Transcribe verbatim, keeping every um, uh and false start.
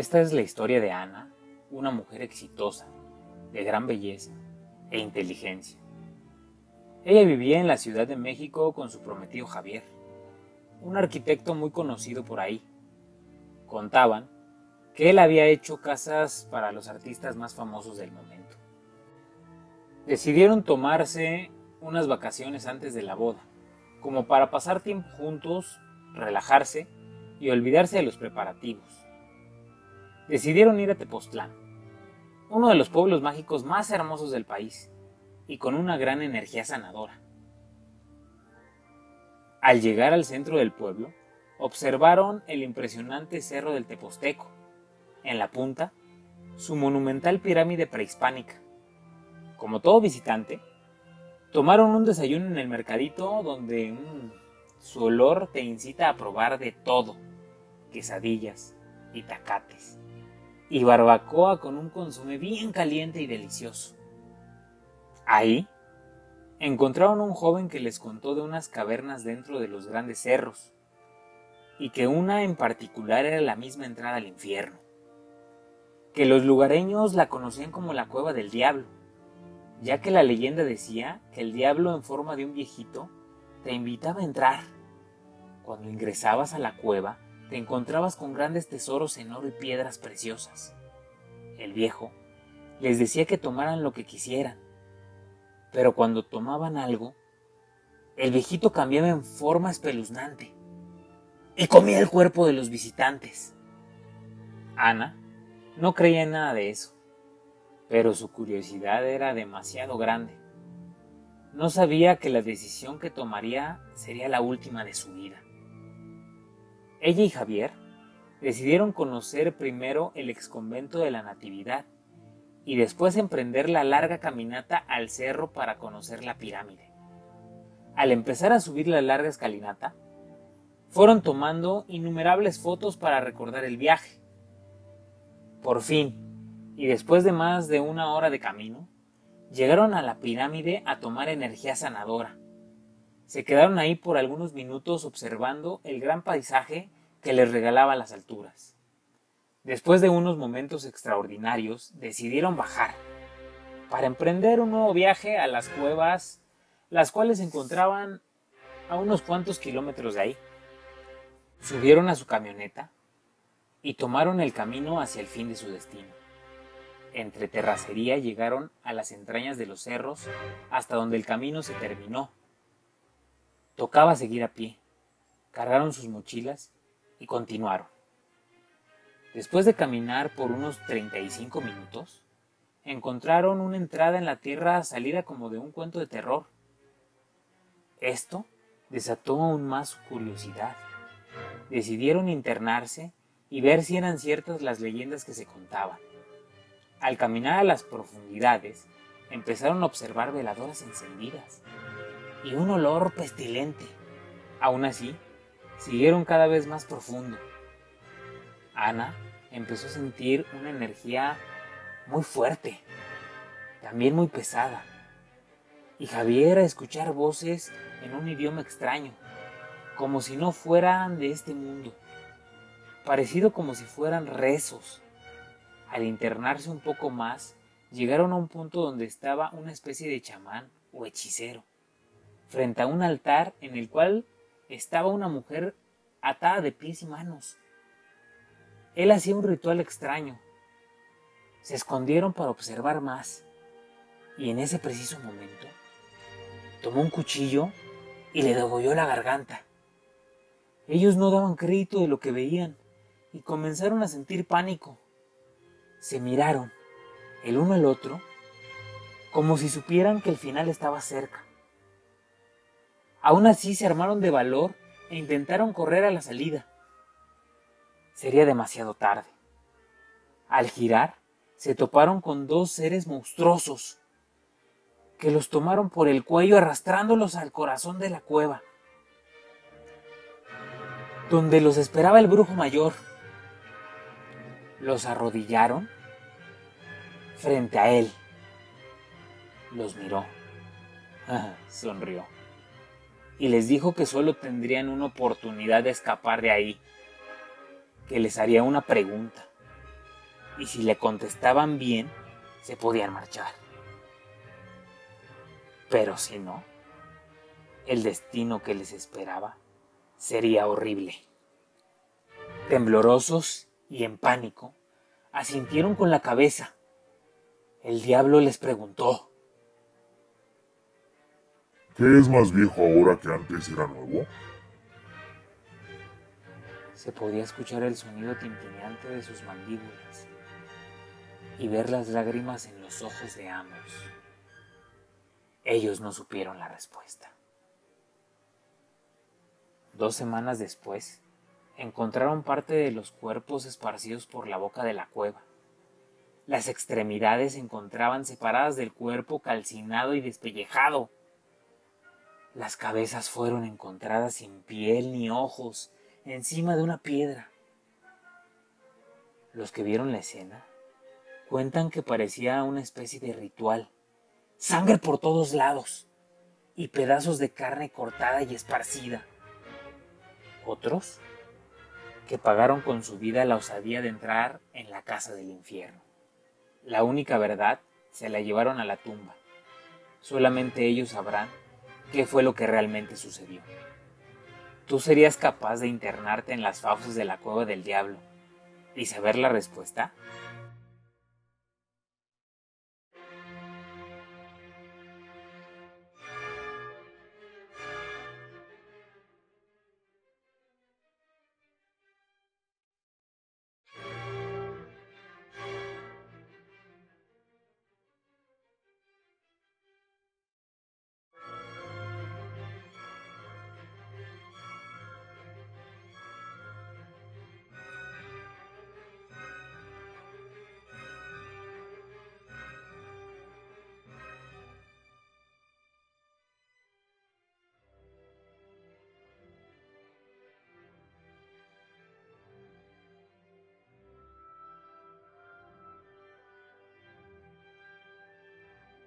Esta es la historia de Ana, una mujer exitosa, de gran belleza e inteligencia. Ella vivía en la Ciudad de México con su prometido Javier, un arquitecto muy conocido por ahí. Contaban que él había hecho casas para los artistas más famosos del momento. Decidieron tomarse unas vacaciones antes de la boda, como para pasar tiempo juntos, relajarse y olvidarse de los preparativos. Decidieron ir a Tepoztlán, uno de los pueblos mágicos más hermosos del país y con una gran energía sanadora. Al llegar al centro del pueblo, observaron el impresionante cerro del Tepozteco. En la punta, su monumental pirámide prehispánica. Como todo visitante, tomaron un desayuno en el mercadito donde mmm, su olor te incita a probar de todo: quesadillas, itacates y barbacoa con un consomé bien caliente y delicioso. Ahí encontraron un joven que les contó de unas cavernas dentro de los grandes cerros, y que una en particular era la misma entrada al infierno, que los lugareños la conocían como la Cueva del Diablo, ya que la leyenda decía que el diablo en forma de un viejito te invitaba a entrar. Cuando ingresabas a la cueva, te encontrabas con grandes tesoros en oro y piedras preciosas. El viejo les decía que tomaran lo que quisieran, pero cuando tomaban algo, el viejito cambiaba en forma espeluznante y comía el cuerpo de los visitantes. Ana no creía en nada de eso, pero su curiosidad era demasiado grande. No sabía que la decisión que tomaría sería la última de su vida. Ella y Javier decidieron conocer primero el exconvento de la Natividad y después emprender la larga caminata al cerro para conocer la pirámide. Al empezar a subir la larga escalinata, fueron tomando innumerables fotos para recordar el viaje. Por fin, y después de más de una hora de camino, llegaron a la pirámide a tomar energía sanadora. Se quedaron ahí por algunos minutos observando el gran paisaje que les regalaba las alturas. Después de unos momentos extraordinarios, decidieron bajar para emprender un nuevo viaje a las cuevas, las cuales se encontraban a unos cuantos kilómetros de ahí. Subieron a su camioneta y tomaron el camino hacia el fin de su destino. Entre terracería llegaron a las entrañas de los cerros hasta donde el camino se terminó. Tocaba seguir a pie. Cargaron sus mochilas y continuaron. Después de caminar por unos treinta y cinco minutos, encontraron una entrada en la tierra salida como de un cuento de terror. Esto desató aún más su curiosidad. Decidieron internarse y ver si eran ciertas las leyendas que se contaban. Al caminar a las profundidades, empezaron a observar veladoras encendidas y un olor pestilente. Aún así, siguieron cada vez más profundo. Ana empezó a sentir una energía muy fuerte, también muy pesada, y Javier a escuchar voces en un idioma extraño, como si no fueran de este mundo, parecido como si fueran rezos. Al internarse un poco más, llegaron a un punto donde estaba una especie de chamán o hechicero, frente a un altar en el cual estaba una mujer atada de pies y manos. Él hacía un ritual extraño. Se escondieron para observar más, y en ese preciso momento tomó un cuchillo y le degolló la garganta. Ellos no daban crédito de lo que veían y comenzaron a sentir pánico. Se miraron el uno al otro como si supieran que el final estaba cerca. Aún así se armaron de valor e intentaron correr a la salida. Sería demasiado tarde. Al girar, se toparon con dos seres monstruosos que los tomaron por el cuello arrastrándolos al corazón de la cueva, donde los esperaba el brujo mayor. Los arrodillaron frente a él. Los miró, sonrió y les dijo que solo tendrían una oportunidad de escapar de ahí, que les haría una pregunta. y si le contestaban bien, se podían marchar. Pero si no, el destino que les esperaba sería horrible. Temblorosos y en pánico, asintieron con la cabeza. El diablo les preguntó: ¿qué es más viejo ahora que antes era nuevo? Se podía escuchar el sonido tintineante de sus mandíbulas y ver las lágrimas en los ojos de ambos. Ellos no supieron la respuesta. Dos semanas después, encontraron parte de los cuerpos esparcidos por la boca de la cueva. Las extremidades se encontraban separadas del cuerpo calcinado y despellejado. Las cabezas fueron encontradas sin piel ni ojos, encima de una piedra. Los que vieron la escena cuentan que parecía una especie de ritual. Sangre por todos lados y pedazos de carne cortada y esparcida. Otros que pagaron con su vida la osadía de entrar en la casa del infierno. La única verdad se la llevaron a la tumba. Solamente ellos sabrán qué fue lo que realmente sucedió. ¿Tú serías capaz de internarte en las fauces de la cueva del diablo y saber la respuesta?